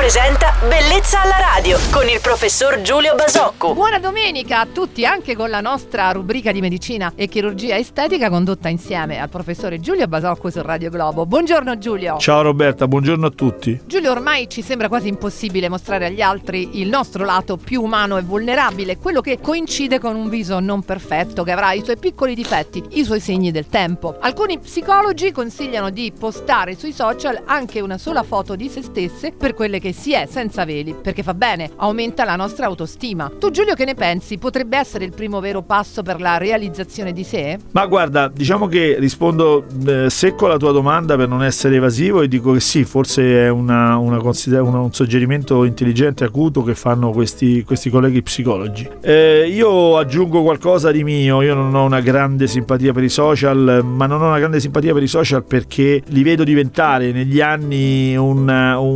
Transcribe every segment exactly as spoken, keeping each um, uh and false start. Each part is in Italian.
presenta Bellezza alla radio con il professor Giulio Basocco. Buona domenica a tutti, anche con la nostra rubrica di medicina e chirurgia estetica condotta insieme al professore Giulio Basocco su Radio Globo. Buongiorno Giulio. Ciao Roberta, buongiorno a tutti. Giulio, ormai ci sembra quasi impossibile mostrare agli altri il nostro lato più umano e vulnerabile, quello che coincide con un viso non perfetto, che avrà i suoi piccoli difetti, i suoi segni del tempo. Alcuni psicologi consigliano di postare sui social anche una sola foto di se stesse per quelle che si è, senza veli, perché fa bene, aumenta la nostra autostima. Tu Giulio, che ne pensi? Potrebbe essere il primo vero passo per la realizzazione di sé? Ma guarda, diciamo che rispondo eh, secco alla tua domanda per non essere evasivo e dico che sì, forse è una, una consider- una, un suggerimento intelligente e acuto che fanno questi, questi colleghi psicologi. Eh, io aggiungo qualcosa di mio. Io non ho una grande simpatia per i social, ma non ho una grande simpatia per i social perché li vedo diventare negli anni un,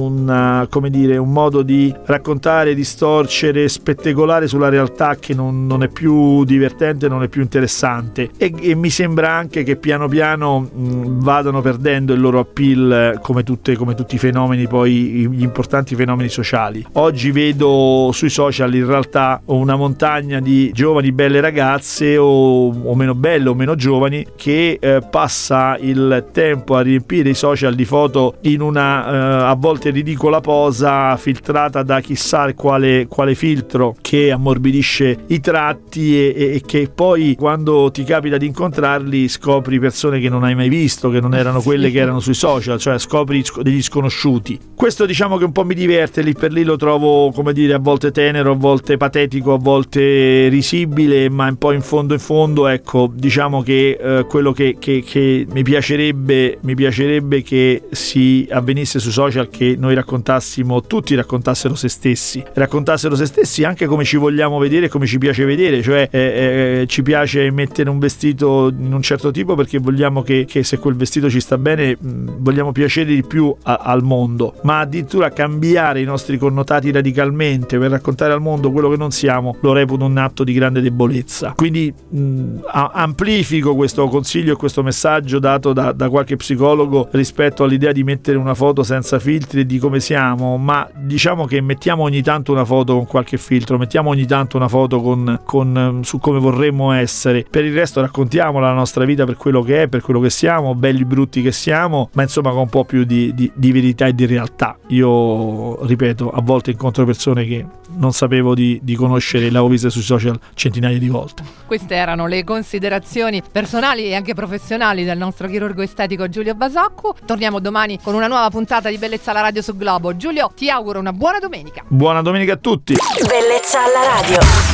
un, come dire, un modo di raccontare, distorcere, spettacolare sulla realtà che non, non è più divertente, non è più interessante, e, e mi sembra anche che piano piano mh, vadano perdendo il loro appeal, come, tutte, come tutti i fenomeni, poi gli importanti fenomeni sociali. Oggi vedo sui social in realtà una montagna di giovani belle ragazze o, o meno belle o meno giovani che eh, passa il tempo a riempire i social di foto in una eh, a volte ridicola posa filtrata da chissà quale, quale filtro che ammorbidisce i tratti e, e che poi quando ti capita di incontrarli scopri persone che non hai mai visto, che non erano quelle che erano sui social, cioè scopri degli sconosciuti. Questo diciamo che un po' mi diverte, lì per lì lo trovo, come dire, a volte tenero, a volte patetico, a volte risibile, ma un po' in fondo in fondo ecco, diciamo che eh, quello che, che, che mi piacerebbe mi piacerebbe che si avvenisse sui social, che noi raccontassimo, tutti raccontassero se stessi, raccontassero se stessi anche come ci vogliamo vedere, come ci piace vedere, cioè eh, eh, ci piace mettere un vestito in un certo tipo perché vogliamo che, che se quel vestito ci sta bene mh, vogliamo piacere di più a, al mondo, ma addirittura cambiare i nostri connotati radicalmente per raccontare al mondo quello che non siamo lo reputo un atto di grande debolezza. Quindi mh, amplifico questo consiglio e questo messaggio dato da, da qualche psicologo rispetto all'idea di mettere una foto senza filtri e di come siamo, ma diciamo che mettiamo ogni tanto una foto con qualche filtro, mettiamo ogni tanto una foto con, con su come vorremmo essere, per il resto raccontiamo la nostra vita per quello che è, per quello che siamo, belli brutti che siamo, ma insomma con un po' più di, di, di verità e di realtà. Io ripeto, a volte incontro persone che non sapevo di, di conoscere, le avevo viste sui social centinaia di volte. Queste erano le considerazioni personali e anche professionali del nostro chirurgo estetico Giulio Basocco. Torniamo domani con una nuova puntata di Bellezza alla radio su Globo. Giulio, ti auguro una buona domenica. Buona domenica a tutti. Bellezza alla radio.